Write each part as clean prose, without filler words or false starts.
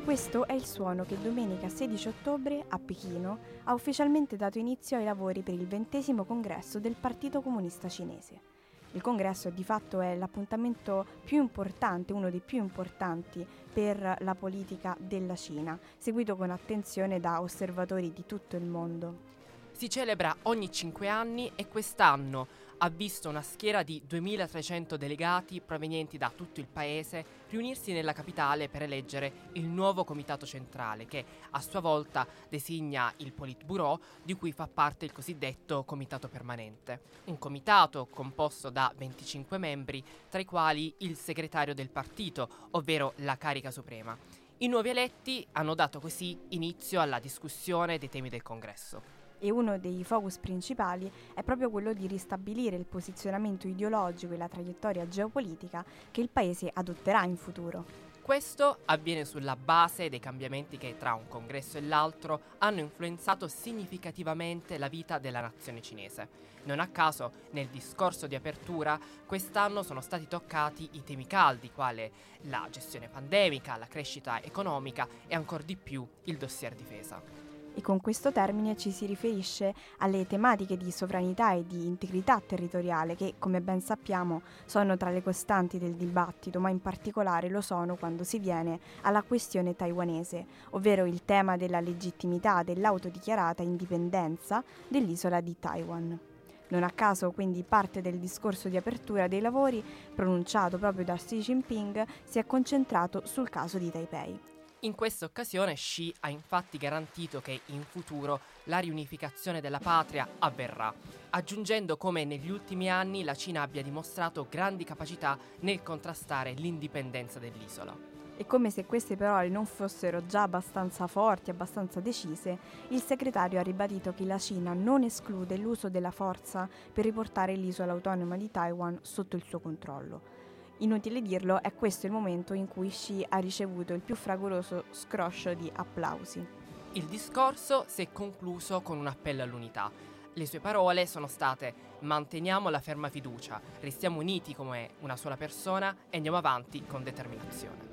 Questo è il suono che domenica 16 ottobre a Pechino ha ufficialmente dato inizio ai lavori per il 20° congresso del Partito Comunista Cinese. Il congresso di fatto è l'appuntamento più importante, uno dei più importanti per la politica della Cina, seguito con attenzione da osservatori di tutto il mondo. Si celebra ogni 5 anni e quest'anno ha visto una schiera di 2300 delegati provenienti da tutto il paese riunirsi nella capitale per eleggere il nuovo comitato centrale che a sua volta designa il Politburo, di cui fa parte il cosiddetto comitato permanente. Un comitato composto da 25 membri, tra i quali il segretario del partito, ovvero la carica suprema. I nuovi eletti hanno dato così inizio alla discussione dei temi del congresso. E uno dei focus principali è proprio quello di ristabilire il posizionamento ideologico e la traiettoria geopolitica che il paese adotterà in futuro. Questo avviene sulla base dei cambiamenti che tra un congresso e l'altro hanno influenzato significativamente la vita della nazione cinese. Non a caso, nel discorso di apertura, quest'anno sono stati toccati i temi caldi, quale la gestione pandemica, la crescita economica e ancor di più il dossier difesa. E con questo termine ci si riferisce alle tematiche di sovranità e di integrità territoriale che, come ben sappiamo, sono tra le costanti del dibattito, ma in particolare lo sono quando si viene alla questione taiwanese, ovvero il tema della legittimità dell'autodichiarata indipendenza dell'isola di Taiwan. Non a caso, quindi, parte del discorso di apertura dei lavori, pronunciato proprio da Xi Jinping, si è concentrato sul caso di Taipei. In questa occasione Xi ha infatti garantito che in futuro la riunificazione della patria avverrà, aggiungendo come negli ultimi anni la Cina abbia dimostrato grandi capacità nel contrastare l'indipendenza dell'isola. E come se queste parole non fossero già abbastanza forti, abbastanza decise, il segretario ha ribadito che la Cina non esclude l'uso della forza per riportare l'isola autonoma di Taiwan sotto il suo controllo. Inutile dirlo, è questo il momento in cui Xi ha ricevuto il più fragoroso scroscio di applausi. Il discorso si è concluso con un appello all'unità. Le sue parole sono state: manteniamo la ferma fiducia, restiamo uniti come una sola persona e andiamo avanti con determinazione.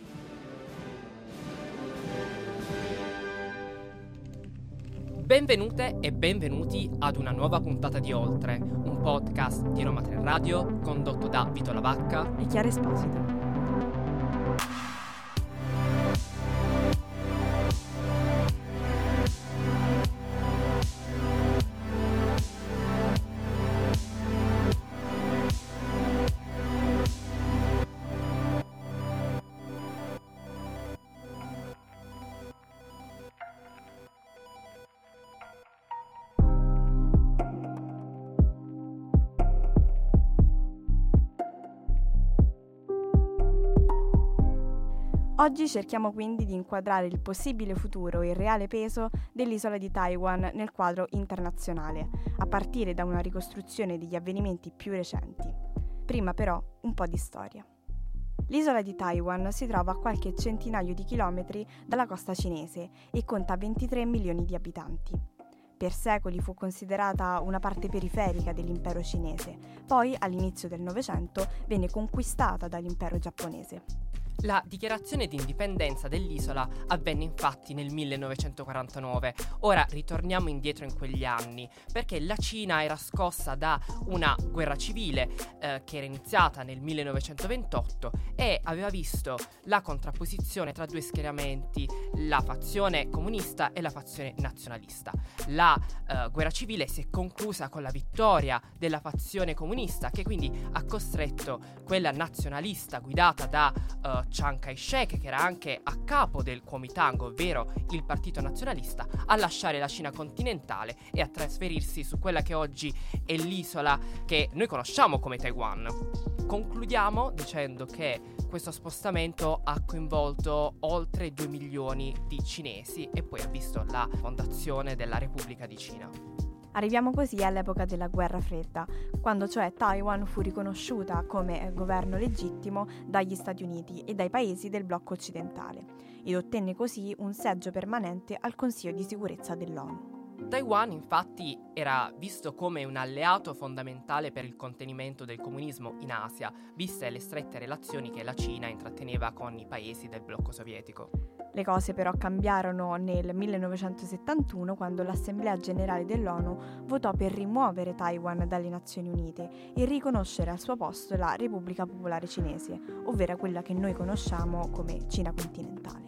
Benvenute e benvenuti ad una nuova puntata di Oltre, un podcast di Roma 3 Radio condotto da Vito Lavacca e Chiara Esposito. Oggi cerchiamo quindi di inquadrare il possibile futuro e il reale peso dell'isola di Taiwan nel quadro internazionale, a partire da una ricostruzione degli avvenimenti più recenti. Prima però un po' di storia. L'isola di Taiwan si trova a qualche centinaio di chilometri dalla costa cinese e conta 23 milioni di abitanti. Per secoli fu considerata una parte periferica dell'impero cinese, poi all'inizio del Novecento venne conquistata dall'impero giapponese. La dichiarazione di indipendenza dell'isola avvenne infatti nel 1949. Ora ritorniamo indietro in quegli anni, perché la Cina era scossa da una guerra civile che era iniziata nel 1928 e aveva visto la contrapposizione tra due schieramenti, la fazione comunista e la fazione nazionalista. La guerra civile si è conclusa con la vittoria della fazione comunista, che quindi ha costretto quella nazionalista guidata da Chiang Kai-shek, che era anche a capo del Kuomintang, ovvero il partito nazionalista, a lasciare la Cina continentale e a trasferirsi su quella che oggi è l'isola che noi conosciamo come Taiwan. Concludiamo dicendo che questo spostamento ha coinvolto oltre 2 milioni di cinesi e poi ha visto la fondazione della Repubblica di Cina. Arriviamo così all'epoca della Guerra Fredda, quando cioè Taiwan fu riconosciuta come governo legittimo dagli Stati Uniti e dai paesi del blocco occidentale ed ottenne così un seggio permanente al Consiglio di sicurezza dell'ONU. Taiwan infatti era visto come un alleato fondamentale per il contenimento del comunismo in Asia, viste le strette relazioni che la Cina intratteneva con i paesi del blocco sovietico. Le cose però cambiarono nel 1971 quando l'Assemblea Generale dell'ONU votò per rimuovere Taiwan dalle Nazioni Unite e riconoscere al suo posto la Repubblica Popolare Cinese, ovvero quella che noi conosciamo come Cina continentale.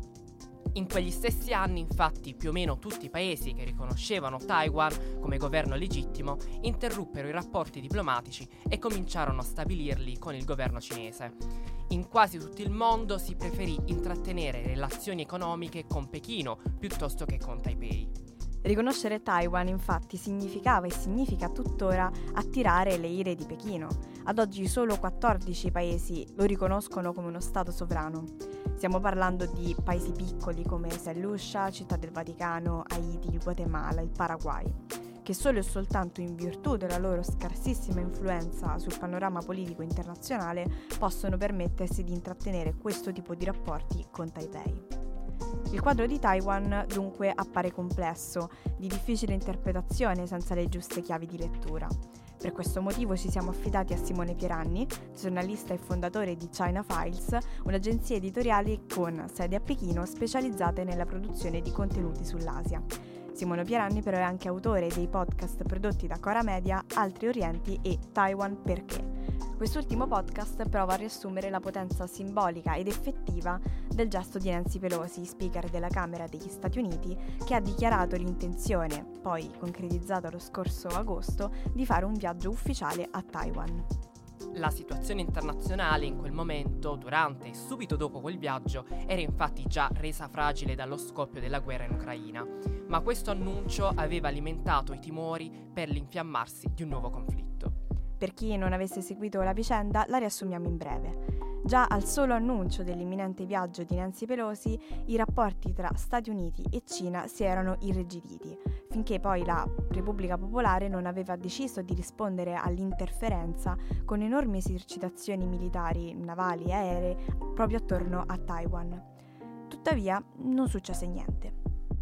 In quegli stessi anni, infatti, più o meno tutti i paesi che riconoscevano Taiwan come governo legittimo interruppero i rapporti diplomatici e cominciarono a stabilirli con il governo cinese. In quasi tutto il mondo si preferì intrattenere relazioni economiche con Pechino piuttosto che con Taipei. Riconoscere Taiwan infatti significava e significa tuttora attirare le ire di Pechino. Ad oggi solo 14 paesi lo riconoscono come uno Stato sovrano. Stiamo parlando di paesi piccoli come Saint Lucia, Città del Vaticano, Haiti, il Guatemala, il Paraguay, che solo e soltanto in virtù della loro scarsissima influenza sul panorama politico internazionale possono permettersi di intrattenere questo tipo di rapporti con Taipei. Il quadro di Taiwan dunque appare complesso, di difficile interpretazione senza le giuste chiavi di lettura. Per questo motivo ci siamo affidati a Simone Pieranni, giornalista e fondatore di China Files, un'agenzia editoriale con sede a Pechino specializzata nella produzione di contenuti sull'Asia. Simone Pieranni però è anche autore dei podcast prodotti da Cora Media, Altri Orienti e Taiwan Perché. Quest'ultimo podcast prova a riassumere la potenza simbolica ed effettiva del gesto di Nancy Pelosi, speaker della Camera degli Stati Uniti, che ha dichiarato l'intenzione, poi concretizzata lo scorso agosto, di fare un viaggio ufficiale a Taiwan. La situazione internazionale in quel momento, durante e subito dopo quel viaggio, era infatti già resa fragile dallo scoppio della guerra in Ucraina, ma questo annuncio aveva alimentato i timori per l'infiammarsi di un nuovo conflitto. Per chi non avesse seguito la vicenda, la riassumiamo in breve. Già al solo annuncio dell'imminente viaggio di Nancy Pelosi, i rapporti tra Stati Uniti e Cina si erano irrigiditi, finché poi la Repubblica Popolare non aveva deciso di rispondere all'interferenza con enormi esercitazioni militari, navali e aeree proprio attorno a Taiwan. Tuttavia, non successe niente.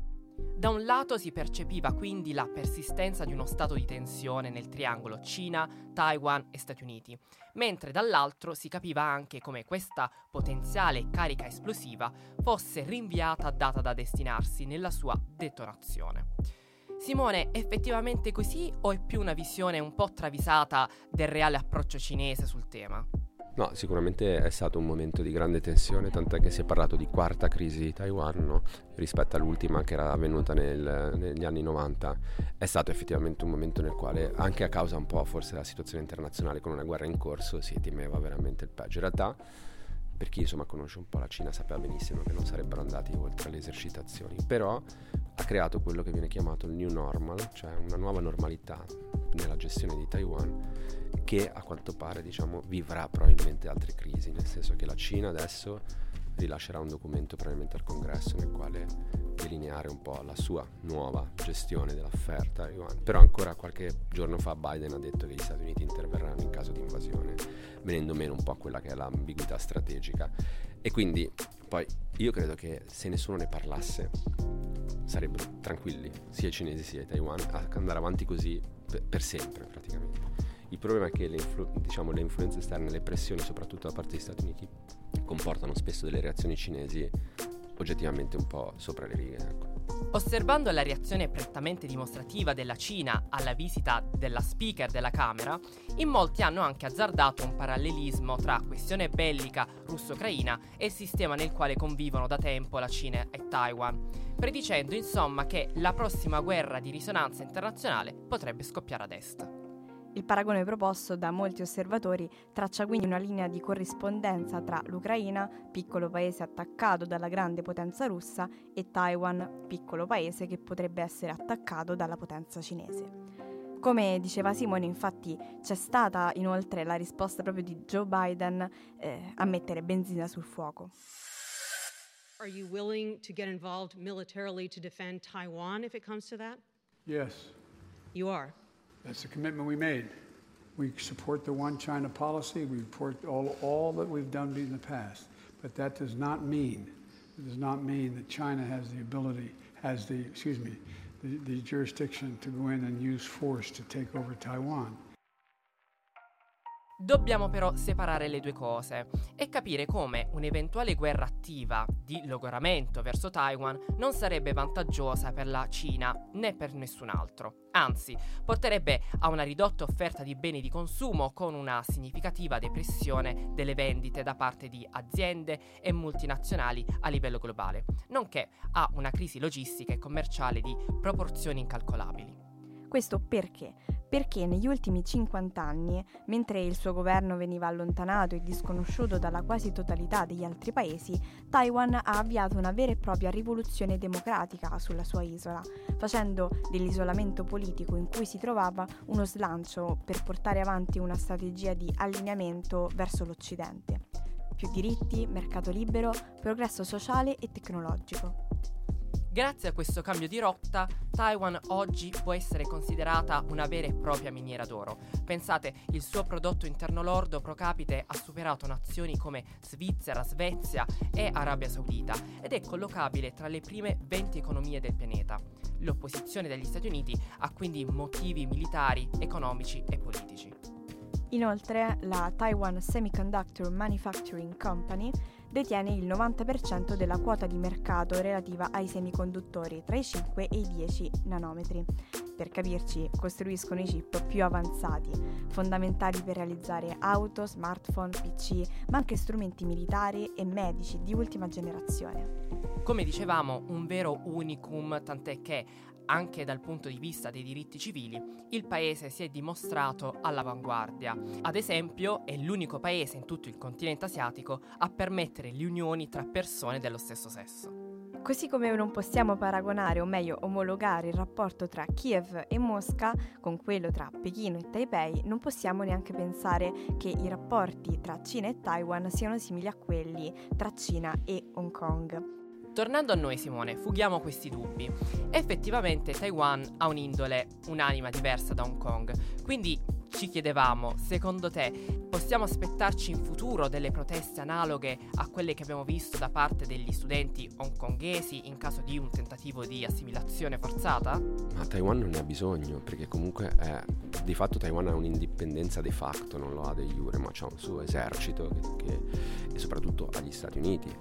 Da un lato si percepiva quindi la persistenza di uno stato di tensione nel triangolo Cina, Taiwan e Stati Uniti, mentre dall'altro si capiva anche come questa potenziale carica esplosiva fosse rinviata a data da destinarsi nella sua detonazione. Simone, è effettivamente così o è più una visione un po' travisata del reale approccio cinese sul tema? No, sicuramente è stato un momento di grande tensione, tant'è che si è parlato di quarta crisi di Taiwan, no? Rispetto all'ultima che era avvenuta negli anni 90. È stato effettivamente un momento nel quale, anche a causa un po' forse della situazione internazionale con una guerra in corso, si temeva veramente il peggio. In realtà, per chi insomma conosce un po' la Cina, sapeva benissimo che non sarebbero andati oltre le esercitazioni, però ha creato quello che viene chiamato il new normal, cioè una nuova normalità nella gestione di Taiwan, che a quanto pare vivrà probabilmente altre crisi, nel senso che la Cina adesso rilascerà un documento probabilmente al Congresso nel quale delineare un po' la sua nuova gestione dell'affare Taiwan. Però ancora qualche giorno fa Biden ha detto che gli Stati Uniti interverranno in caso di invasione, venendo meno un po' a quella che è l'ambiguità strategica. E quindi poi io credo che se nessuno ne parlasse sarebbero tranquilli sia i cinesi sia i Taiwan a andare avanti così per sempre praticamente. Il problema è che le influenze esterne, le pressioni soprattutto da parte degli Stati Uniti comportano spesso delle reazioni cinesi oggettivamente un po' sopra le righe, ecco. Osservando la reazione prettamente dimostrativa della Cina alla visita della speaker della Camera, in molti hanno anche azzardato un parallelismo tra questione bellica russo-ucraina e il sistema nel quale convivono da tempo la Cina e Taiwan, predicendo insomma che la prossima guerra di risonanza internazionale potrebbe scoppiare ad est. Il paragone proposto da molti osservatori traccia quindi una linea di corrispondenza tra l'Ucraina, piccolo paese attaccato dalla grande potenza russa, e Taiwan, piccolo paese che potrebbe essere attaccato dalla potenza cinese. Come diceva Simone, infatti, c'è stata inoltre la risposta proprio di Joe Biden a mettere benzina sul fuoco. Are you willing to get involved militarily to defend Taiwan if it comes to that? Yes. You are? That's the commitment we made. We support the One China policy. We support all that we've done in the past. But that does not mean that China has the ability, the jurisdiction to go in and use force to take over Taiwan. Dobbiamo però separare le due cose e capire come un'eventuale guerra attiva di logoramento verso Taiwan non sarebbe vantaggiosa per la Cina né per nessun altro. Anzi, porterebbe a una ridotta offerta di beni di consumo con una significativa depressione delle vendite da parte di aziende e multinazionali a livello globale, nonché a una crisi logistica e commerciale di proporzioni incalcolabili. Questo perché? Perché negli ultimi 50 anni, mentre il suo governo veniva allontanato e disconosciuto dalla quasi totalità degli altri paesi, Taiwan ha avviato una vera e propria rivoluzione democratica sulla sua isola, facendo dell'isolamento politico in cui si trovava uno slancio per portare avanti una strategia di allineamento verso l'Occidente. Più diritti, mercato libero, progresso sociale e tecnologico. Grazie a questo cambio di rotta, Taiwan oggi può essere considerata una vera e propria miniera d'oro. Pensate, il suo prodotto interno lordo pro capite ha superato nazioni come Svizzera, Svezia e Arabia Saudita ed è collocabile tra le prime 20 economie del pianeta. L'opposizione degli Stati Uniti ha quindi motivi militari, economici e politici. Inoltre, la Taiwan Semiconductor Manufacturing Company detiene il 90% della quota di mercato relativa ai semiconduttori tra i 5 e i 10 nanometri. Per capirci, costruiscono i chip più avanzati, fondamentali per realizzare auto, smartphone, PC, ma anche strumenti militari e medici di ultima generazione. Come dicevamo, un vero unicum, tant'è che anche dal punto di vista dei diritti civili, il paese si è dimostrato all'avanguardia. Ad esempio, è l'unico paese in tutto il continente asiatico a permettere le unioni tra persone dello stesso sesso. Così come non possiamo paragonare, o meglio omologare, il rapporto tra Kiev e Mosca con quello tra Pechino e Taipei, non possiamo neanche pensare che i rapporti tra Cina e Taiwan siano simili a quelli tra Cina e Hong Kong. Tornando a noi, Simone, fughiamo questi dubbi. Effettivamente Taiwan ha un'indole, un'anima diversa da Hong Kong, quindi ci chiedevamo, secondo te, possiamo aspettarci in futuro delle proteste analoghe a quelle che abbiamo visto da parte degli studenti hongkonghesi in caso di un tentativo di assimilazione forzata? Ma Taiwan non ne ha bisogno, perché comunque di fatto Taiwan ha un'indipendenza de facto, non lo ha de jure, ma c'ha un suo esercito e soprattutto agli Stati Uniti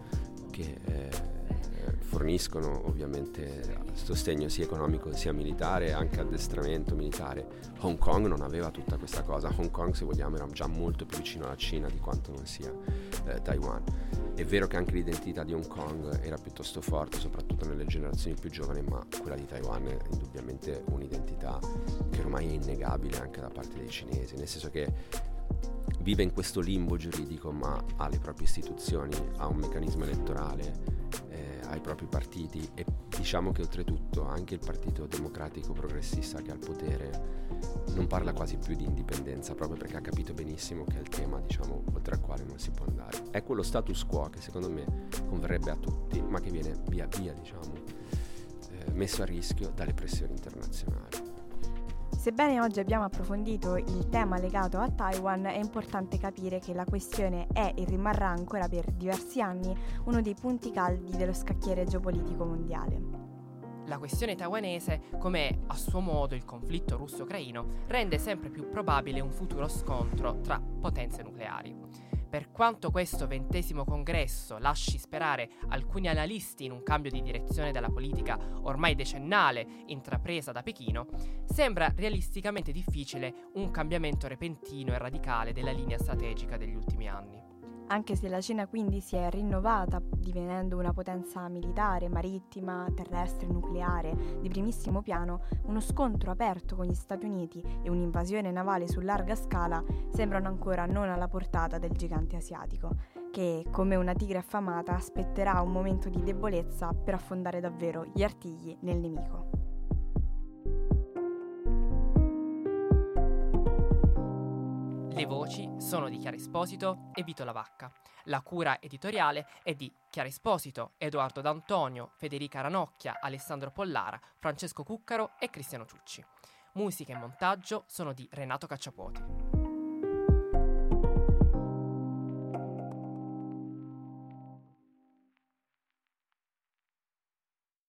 che forniscono ovviamente sostegno sia economico sia militare, anche addestramento militare. Hong Kong non aveva tutta questa cosa. Hong Kong, se vogliamo, era già molto più vicino alla Cina di quanto non sia Taiwan. È vero che anche l'identità di Hong Kong era piuttosto forte, soprattutto nelle generazioni più giovani, ma quella di Taiwan è indubbiamente un'identità che ormai è innegabile anche da parte dei cinesi, nel senso che vive in questo limbo giuridico, ma ha le proprie istituzioni, ha un meccanismo elettorale, ha i propri partiti e diciamo che oltretutto anche il Partito Democratico Progressista che ha il potere non parla quasi più di indipendenza, proprio perché ha capito benissimo che è il tema, diciamo, oltre al quale non si può andare. È quello status quo che secondo me converrebbe a tutti, ma che viene via via, diciamo, messo a rischio dalle pressioni internazionali. Sebbene oggi abbiamo approfondito il tema legato a Taiwan, è importante capire che la questione è e rimarrà ancora per diversi anni uno dei punti caldi dello scacchiere geopolitico mondiale. La questione taiwanese, come a suo modo il conflitto russo-ucraino, rende sempre più probabile un futuro scontro tra potenze nucleari. Per quanto questo 20° congresso lasci sperare alcuni analisti in un cambio di direzione della politica ormai decennale intrapresa da Pechino, sembra realisticamente difficile un cambiamento repentino e radicale della linea strategica degli ultimi anni. Anche se la Cina quindi si è rinnovata, divenendo una potenza militare, marittima, terrestre e nucleare di primissimo piano, uno scontro aperto con gli Stati Uniti e un'invasione navale su larga scala sembrano ancora non alla portata del gigante asiatico, che, come una tigre affamata, aspetterà un momento di debolezza per affondare davvero gli artigli nel nemico. Le voci sono di Chiara Esposito e Vito Lavacca. La cura editoriale è di Chiara Esposito, Edoardo D'Antonio, Federica Ranocchia, Alessandro Pollara, Francesco Cuccaro e Cristiano Ciucci. Musica e montaggio sono di Renato Cacciapuoti.